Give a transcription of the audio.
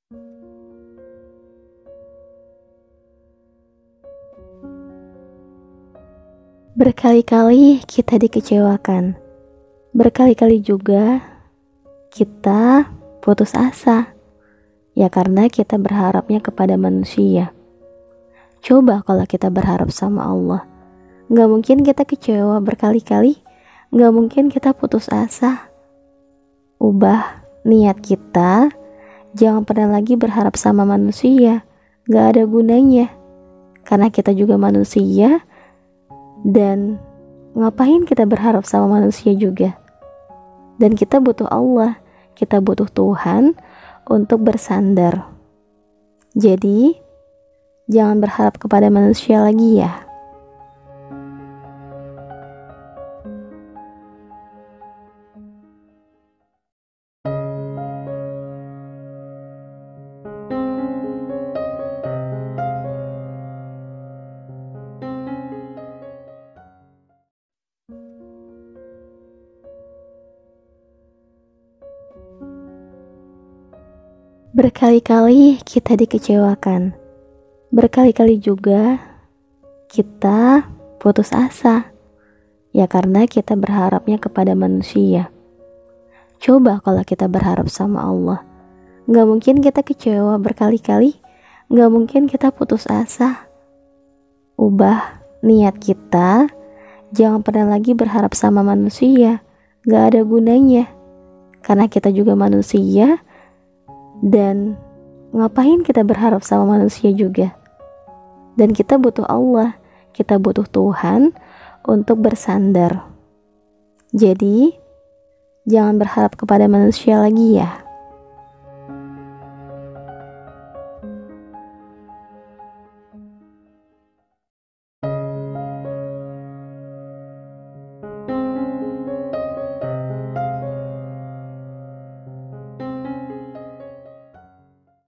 Berkali-kali kita dikecewakan, berkali-kali juga kita putus asa, ya karena kita berharapnya kepada manusia. Coba kalau kita berharap sama Allah, gak mungkin kita kecewa berkali-kali, gak mungkin kita putus asa. Ubah niat kita, jangan pernah lagi berharap sama manusia, gak ada gunanya. Karena kita juga manusia, dan ngapain kita berharap sama manusia juga. Dan kita butuh Allah, kita butuh Tuhan untuk bersandar. Jadi jangan berharap kepada manusia lagi ya. Berkali-kali kita dikecewakan, berkali-kali juga kita putus asa, ya karena kita berharapnya kepada manusia. Coba kalau kita berharap sama Allah, gak mungkin kita kecewa berkali-kali, gak mungkin kita putus asa. Ubah niat kita, jangan pernah lagi berharap sama manusia, gak ada gunanya. Karena kita juga manusia, dan ngapain kita berharap sama manusia juga. Dan kita butuh Allah, kita butuh Tuhan untuk bersandar. Jadi jangan berharap kepada manusia lagi ya.